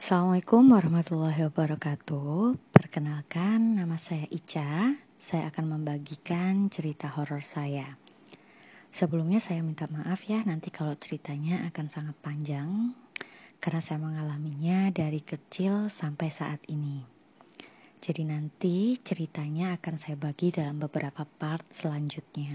Assalamualaikum warahmatullahi wabarakatuh. Perkenalkan, nama saya Ica. Saya akan membagikan cerita horor saya. Sebelumnya saya minta maaf ya nanti kalau ceritanya akan sangat panjang, karena saya mengalaminya dari kecil sampai saat ini. Jadi nanti ceritanya akan saya bagi dalam beberapa part selanjutnya.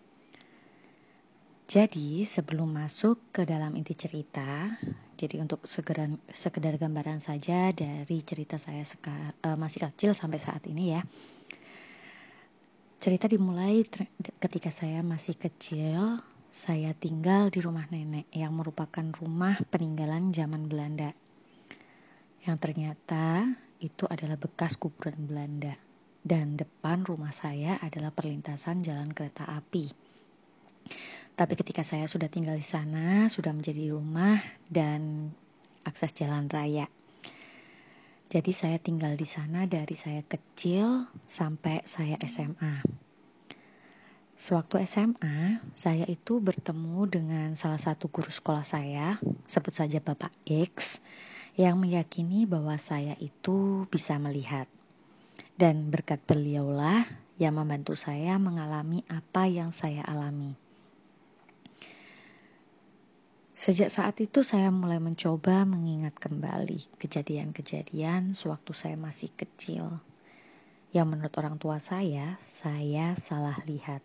Jadi sebelum masuk ke dalam inti cerita, jadi untuk sekedar gambaran saja dari cerita saya masih kecil sampai saat ini ya. Cerita dimulai ketika saya masih kecil, saya tinggal di rumah nenek yang merupakan rumah peninggalan zaman Belanda. Yang ternyata itu adalah bekas kuburan Belanda. Dan depan rumah saya adalah perlintasan jalan kereta api. Tapi ketika saya sudah tinggal di sana, sudah menjadi rumah dan akses jalan raya. Jadi saya tinggal di sana dari saya kecil sampai saya SMA. Sewaktu SMA, saya itu bertemu dengan salah satu guru sekolah saya, sebut saja Bapak X, yang meyakini bahwa saya itu bisa melihat. Dan berkat beliaulah yang membantu saya mengalami apa yang saya alami. Sejak saat itu saya mulai mencoba mengingat kembali kejadian-kejadian sewaktu saya masih kecil. Yang menurut orang tua saya salah lihat.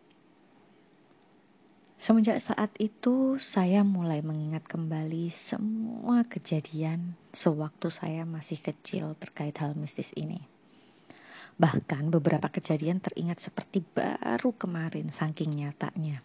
Semenjak saat itu saya mulai mengingat kembali semua kejadian sewaktu saya masih kecil terkait hal mistis ini. Bahkan beberapa kejadian teringat seperti baru kemarin saking nyatanya.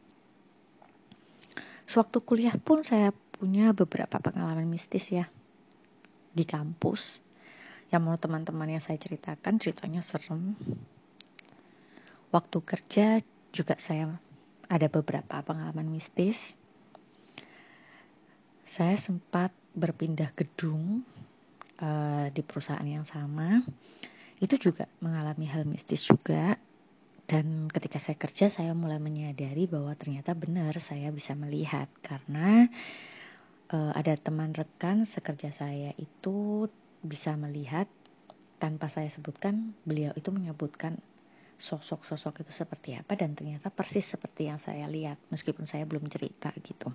Sewaktu kuliah pun saya punya beberapa pengalaman mistis ya di kampus. Yang menurut teman-teman yang saya ceritakan ceritanya serem. Waktu kerja juga saya ada beberapa pengalaman mistis. Saya sempat berpindah gedung di perusahaan yang sama. Itu juga mengalami hal mistis juga. Dan ketika saya kerja saya mulai menyadari bahwa ternyata benar saya bisa melihat. Karena ada teman rekan sekerja saya itu bisa melihat, tanpa saya sebutkan, beliau itu menyebutkan sosok-sosok itu seperti apa dan ternyata persis seperti yang saya lihat meskipun saya belum cerita gitu.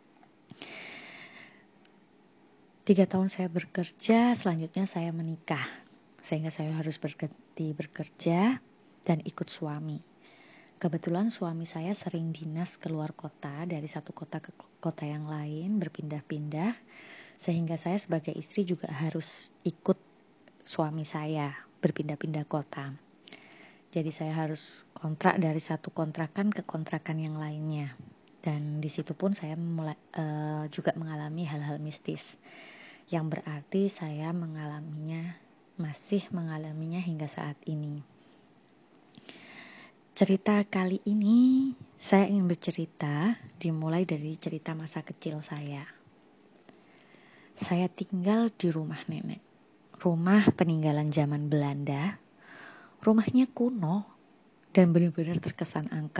3 tahun saya bekerja, selanjutnya saya menikah sehingga saya harus berganti bekerja dan ikut suami. Kebetulan suami saya sering dinas keluar kota, dari satu kota ke kota yang lain, berpindah-pindah, sehingga saya sebagai istri juga harus ikut suami saya berpindah-pindah kota. Jadi saya harus kontrak dari satu kontrakan ke kontrakan yang lainnya. Dan di situ pun saya juga mengalami hal-hal mistis, yang berarti saya masih mengalaminya hingga saat ini. Cerita kali ini saya ingin bercerita dimulai dari cerita masa kecil saya. Saya tinggal di rumah nenek, rumah peninggalan zaman Belanda. Rumahnya kuno dan benar-benar terkesan angker.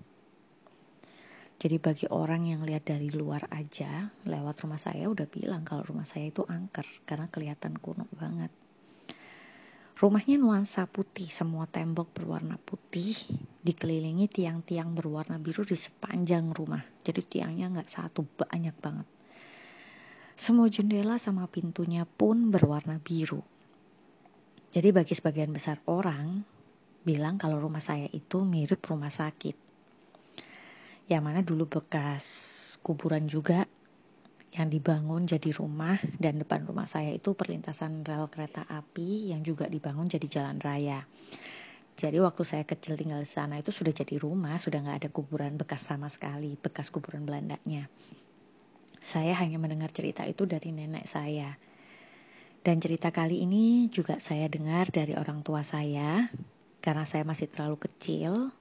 Jadi bagi orang yang lihat dari luar aja, lewat rumah saya udah bilang kalau rumah saya itu angker karena kelihatan kuno banget. Rumahnya nuansa putih, semua tembok berwarna putih, dikelilingi tiang-tiang berwarna biru di sepanjang rumah. Jadi tiangnya gak satu, banyak banget. Semua jendela sama pintunya pun berwarna biru. Jadi bagi sebagian besar orang, bilang kalau rumah saya itu mirip rumah sakit. Yang mana dulu bekas kuburan juga, yang dibangun jadi rumah, dan depan rumah saya itu perlintasan rel kereta api yang juga dibangun jadi jalan raya. Jadi waktu saya kecil tinggal di sana itu sudah jadi rumah, sudah gak ada kuburan bekas sama sekali, bekas kuburan Belandanya. Saya hanya mendengar cerita itu dari nenek saya. Dan cerita kali ini juga saya dengar dari orang tua saya, karena saya masih terlalu kecil.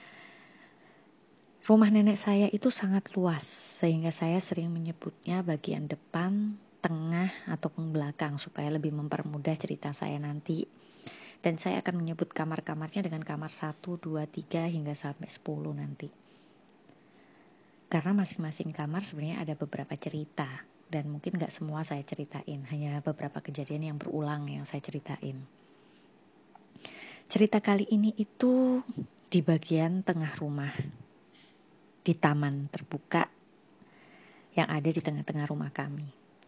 Rumah nenek saya itu sangat luas, sehingga saya sering menyebutnya bagian depan, tengah, ataupun belakang supaya lebih mempermudah cerita saya nanti. Dan saya akan menyebut kamar-kamarnya dengan kamar 1, 2, 3 hingga sampai 10 nanti. Karena masing-masing kamar sebenarnya ada beberapa cerita dan mungkin gak semua saya ceritain, hanya beberapa kejadian yang berulang yang saya ceritain. Cerita kali ini itu di bagian tengah rumah, di taman terbuka yang ada di tengah-tengah rumah kami.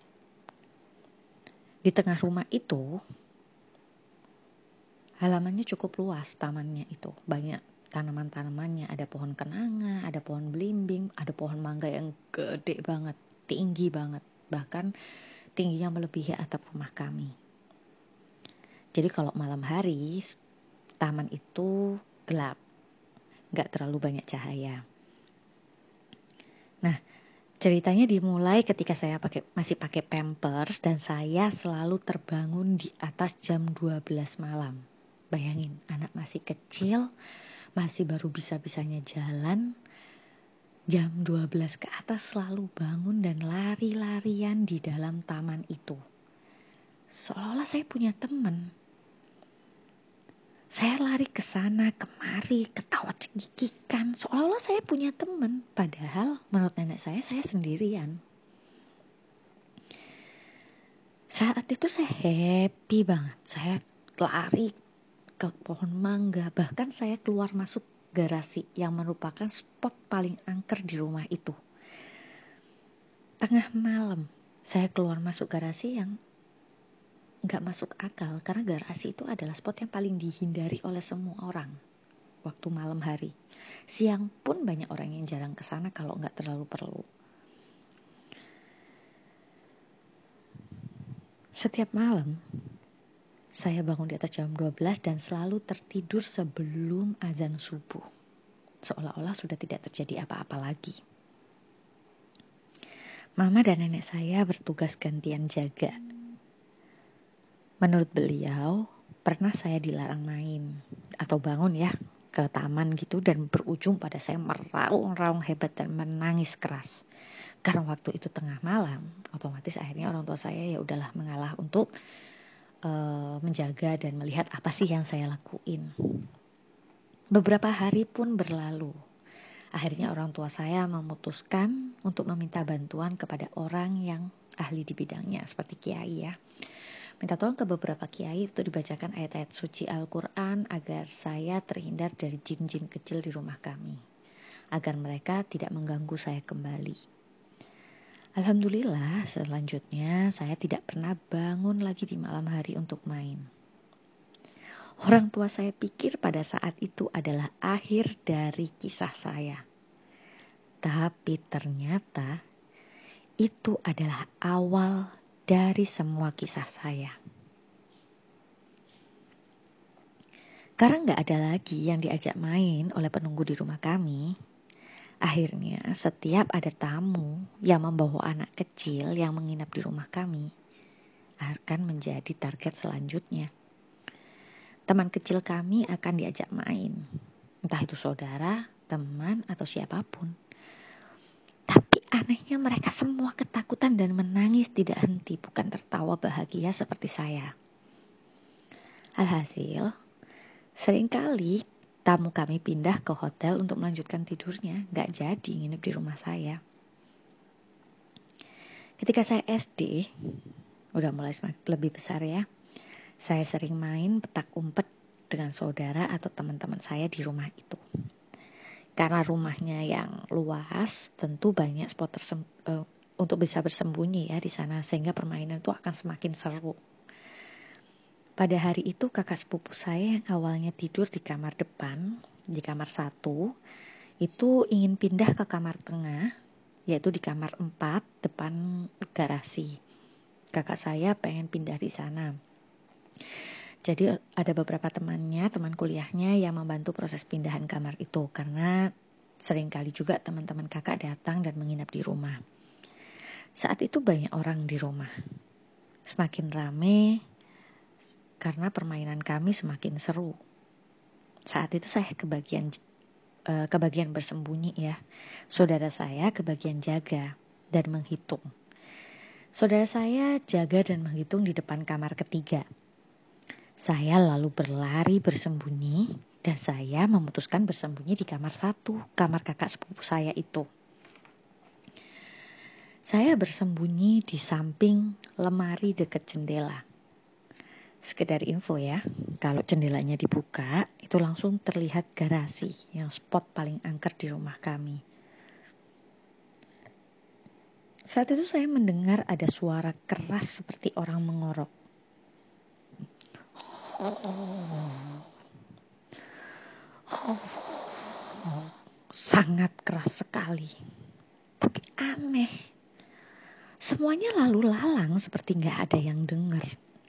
Di tengah rumah itu halamannya cukup luas, tamannya itu banyak tanaman-tanamannya, ada pohon kenanga, ada pohon belimbing, ada pohon mangga yang gede banget, tinggi banget, bahkan tingginya melebihi atap rumah kami. Jadi kalau malam hari taman itu gelap, gak terlalu banyak cahaya. Nah, ceritanya dimulai ketika saya masih pakai pampers dan saya selalu terbangun di atas jam 12 malam. Bayangin, anak masih kecil, masih baru bisa-bisanya jalan, jam 12 ke atas selalu bangun dan lari-larian di dalam taman itu. Seolah-olah saya punya teman. Saya lari ke sana, kemari, ketawa cekikikan, seolah-olah saya punya teman. Padahal menurut nenek saya sendirian. Saat itu saya happy banget. Saya lari ke pohon mangga, bahkan saya keluar masuk garasi yang merupakan spot paling angker di rumah itu. Tengah malam saya keluar masuk garasi yang gak masuk akal, karena garasi itu adalah spot yang paling dihindari oleh semua orang waktu malam hari. Siang pun banyak orang yang jarang kesana kalau gak terlalu perlu. Setiap malam saya bangun di atas jam 12 dan selalu tertidur sebelum azan subuh, seolah-olah sudah tidak terjadi apa-apa lagi. Mama dan nenek saya bertugas gantian jaga. Menurut beliau, pernah saya dilarang main atau bangun ya ke taman gitu, dan berujung pada saya meraung-raung hebat dan menangis keras. Karena waktu itu tengah malam, otomatis akhirnya orang tua saya ya udahlah mengalah untuk menjaga dan melihat apa sih yang saya lakuin. Beberapa hari pun berlalu. Akhirnya orang tua saya memutuskan untuk meminta bantuan kepada orang yang ahli di bidangnya, seperti kiai ya. Minta tolong ke beberapa kiai untuk dibacakan ayat-ayat suci Al-Quran agar saya terhindar dari jin-jin kecil di rumah kami, agar mereka tidak mengganggu saya kembali. Alhamdulillah, selanjutnya saya tidak pernah bangun lagi di malam hari untuk main. Orang tua saya pikir pada saat itu adalah akhir dari kisah saya. Tapi ternyata itu adalah awal dari semua kisah saya. Karena gak ada lagi yang diajak main oleh penunggu di rumah kami, akhirnya setiap ada tamu yang membawa anak kecil yang menginap di rumah kami akan menjadi target selanjutnya. Teman kecil kami akan diajak main, entah itu saudara, teman, atau siapapun. Tapi anehnya mereka semua ketakutan dan menangis tidak henti, bukan tertawa bahagia seperti saya. Alhasil, seringkali tamu kami pindah ke hotel untuk melanjutkan tidurnya, gak jadi nginep di rumah saya. Ketika saya SD, udah mulai lebih besar ya, saya sering main petak umpet dengan saudara atau teman-teman saya di rumah itu. Karena rumahnya yang luas, tentu banyak spot untuk bisa bersembunyi ya di sana, sehingga permainan itu akan semakin seru. Pada hari itu kakak sepupu saya yang awalnya tidur di kamar depan, di kamar 1, itu ingin pindah ke kamar tengah, yaitu di kamar 4 depan garasi. Kakak saya pengen pindah di sana. Jadi ada beberapa temannya, teman kuliahnya yang membantu proses pindahan kamar itu, karena seringkali juga teman-teman kakak datang dan menginap di rumah. Saat itu banyak orang di rumah. Semakin rame karena permainan kami semakin seru. Saat itu saya kebagian bersembunyi ya. Saudara saya kebagian jaga dan menghitung. Saudara saya jaga dan menghitung di depan kamar ketiga. Saya lalu berlari bersembunyi dan saya memutuskan bersembunyi di kamar 1, kamar kakak sepupu saya itu. Saya bersembunyi di samping lemari dekat jendela. Sekedar info ya, kalau jendelanya dibuka, itu langsung terlihat garasi yang spot paling angker di rumah kami. Saat itu saya mendengar ada suara keras seperti orang mengorok. Sangat keras sekali. Tapi aneh. Semuanya lalu lalang seperti gak ada yang dengar.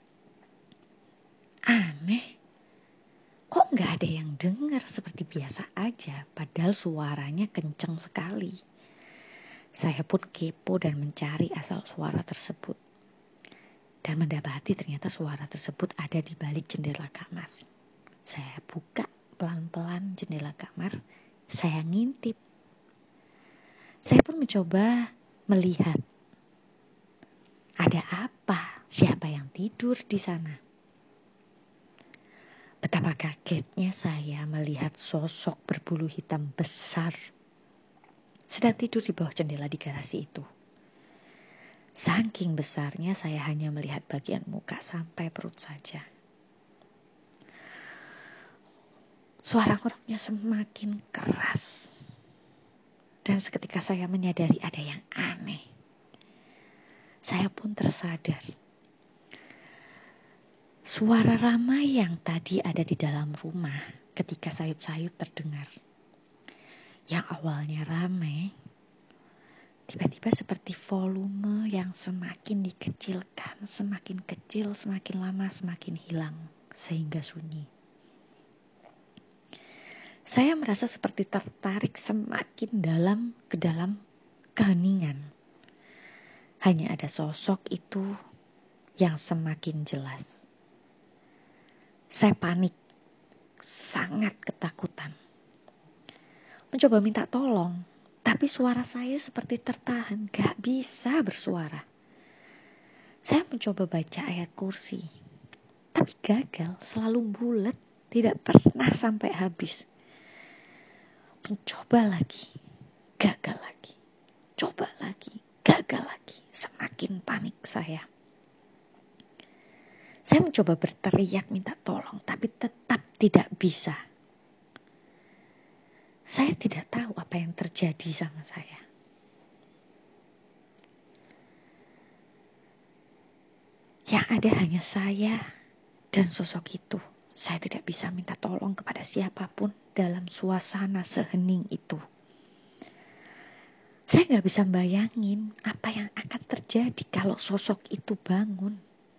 Aneh. Kok gak ada yang dengar seperti biasa aja, padahal suaranya kenceng sekali. Saya pun kepo dan mencari asal suara tersebut. Dan mendapati ternyata suara tersebut ada di balik jendela kamar. Saya buka pelan-pelan jendela kamar, saya ngintip. Saya pun mencoba melihat. Ada apa? Siapa yang tidur di sana? Betapa kagetnya saya melihat sosok berbulu hitam besar sedang tidur di bawah jendela di garasi itu. Saking besarnya saya hanya melihat bagian muka sampai perut saja. Suara ngoroknya semakin keras. Dan seketika saya menyadari ada yang aneh. Saya pun tersadar. Suara ramai yang tadi ada di dalam rumah ketika sayup-sayup terdengar. Yang awalnya ramai, tiba-tiba seperti volume yang semakin dikecilkan, semakin kecil, semakin lama, semakin hilang, sehingga sunyi. Saya merasa seperti tertarik semakin dalam ke dalam keheningan. Hanya ada sosok itu yang semakin jelas. Saya panik, sangat ketakutan. Mencoba minta tolong, tapi suara saya seperti tertahan, gak bisa bersuara. Saya mencoba baca ayat kursi, tapi gagal, selalu bulat, tidak pernah sampai habis. Mencoba lagi, gagal lagi. Coba lagi, gagal lagi. Semakin panik saya. Saya mencoba berteriak minta tolong, tapi tetap tidak bisa. Saya tidak tahu apa yang terjadi sama saya. Yang ada hanya saya dan sosok itu. Saya tidak bisa minta tolong kepada siapapun dalam suasana sehening itu. Saya gak bisa bayangin apa yang akan terjadi kalau sosok itu bangun.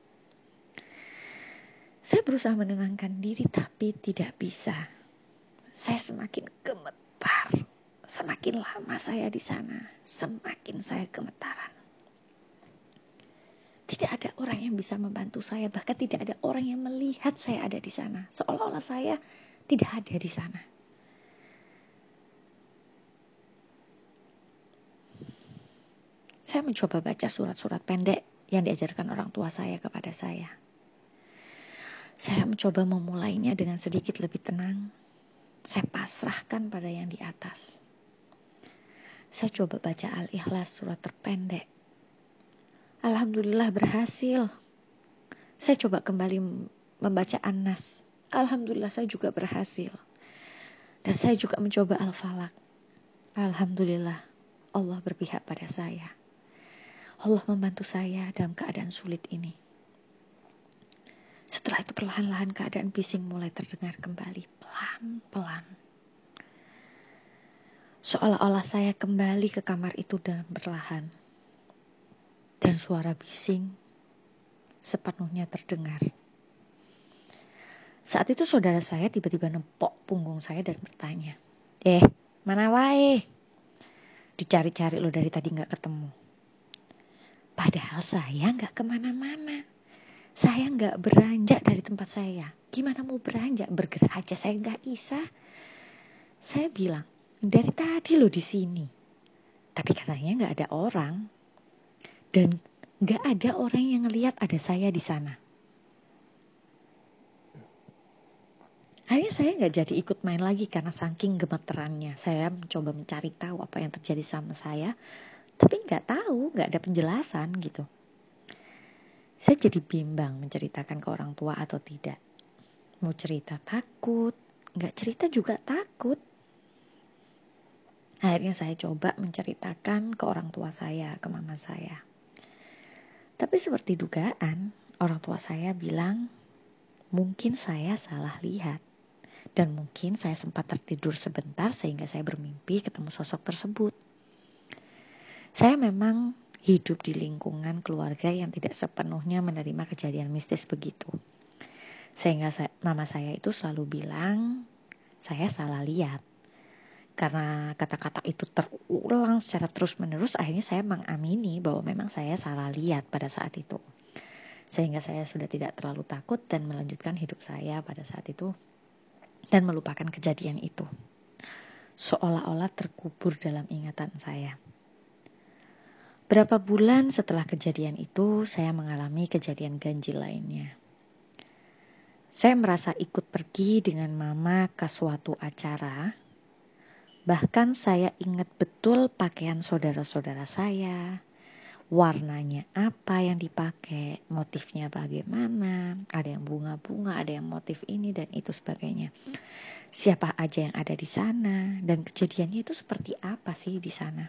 Saya berusaha menenangkan diri tapi tidak bisa. Saya semakin gemetar. Semakin lama saya di sana, semakin saya gemetaran. Tidak ada orang yang bisa membantu saya, bahkan tidak ada orang yang melihat saya ada di sana. Seolah-olah saya tidak ada di sana. Saya mencoba baca surat-surat pendek yang diajarkan orang tua saya kepada saya. Saya mencoba memulainya dengan sedikit lebih tenang. Saya pasrahkan pada yang di atas. Saya coba baca Al-Ikhlas surat terpendek. Alhamdulillah berhasil. Saya coba kembali membaca An-Nas. Alhamdulillah saya juga berhasil. Dan saya juga mencoba Al-Falaq. Alhamdulillah Allah berpihak pada saya. Allah membantu saya dalam keadaan sulit ini. Setelah itu perlahan-lahan keadaan bising mulai terdengar kembali. Pelan-pelan. Seolah-olah saya kembali ke kamar itu dan perlahan. Dan suara bising sepenuhnya terdengar. Saat itu saudara saya tiba-tiba nempok punggung saya dan bertanya, mana wae? Dicari-cari lo dari tadi gak ketemu. Padahal saya gak kemana-mana. Saya gak beranjak dari tempat saya. Gimana mau beranjak? Bergerak aja saya gak bisa. Saya bilang, dari tadi lo di sini. Tapi katanya gak ada orang. Dan gak ada orang yang ngelihat ada saya di sana. Akhirnya saya gak jadi ikut main lagi karena saking gemeterannya. Saya mencoba mencari tahu apa yang terjadi sama saya. Tapi nggak tahu, nggak ada penjelasan gitu. Saya jadi bimbang menceritakan ke orang tua atau tidak. Mau cerita takut, nggak cerita juga takut. Akhirnya saya coba menceritakan ke orang tua saya, ke mama saya. Tapi seperti dugaan, orang tua saya bilang, mungkin saya salah lihat. Dan mungkin saya sempat tertidur sebentar sehingga saya bermimpi ketemu sosok tersebut. Saya memang hidup di lingkungan keluarga yang tidak sepenuhnya menerima kejadian mistis begitu. Sehingga mama saya itu selalu bilang, saya salah lihat. Karena kata-kata itu terulang secara terus-menerus, akhirnya saya mengamini bahwa memang saya salah lihat pada saat itu. Sehingga saya sudah tidak terlalu takut dan melanjutkan hidup saya pada saat itu dan melupakan kejadian itu. Seolah-olah terkubur dalam ingatan saya. Berapa bulan setelah kejadian itu, saya mengalami kejadian ganjil lainnya. Saya merasa ikut pergi dengan mama ke suatu acara. Bahkan saya ingat betul pakaian saudara-saudara saya, warnanya apa yang dipakai, motifnya bagaimana, ada yang bunga-bunga, ada yang motif ini dan itu sebagainya. Siapa aja yang ada di sana dan kejadiannya itu seperti apa sih di sana.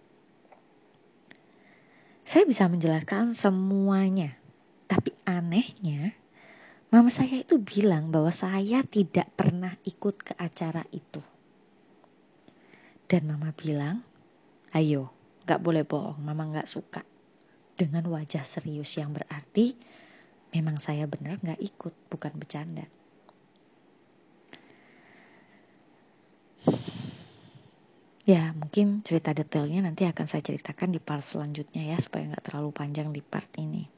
Saya bisa menjelaskan semuanya, tapi anehnya mama saya itu bilang bahwa saya tidak pernah ikut ke acara itu. Dan mama bilang, ayo, gak boleh bohong, mama gak suka. Dengan wajah serius yang berarti, memang saya benar gak ikut, bukan bercanda. Ya, mungkin cerita detailnya nanti akan saya ceritakan di part selanjutnya ya, supaya gak terlalu panjang di part ini.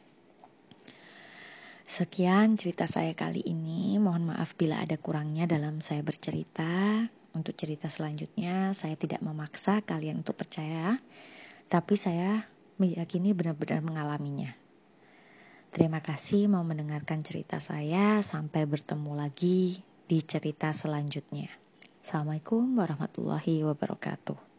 Sekian cerita saya kali ini, mohon maaf bila ada kurangnya dalam saya bercerita. Untuk cerita selanjutnya, saya tidak memaksa kalian untuk percaya, tapi saya meyakini benar-benar mengalaminya. Terima kasih mau mendengarkan cerita saya. Sampai bertemu lagi di cerita selanjutnya. Assalamualaikum warahmatullahi wabarakatuh.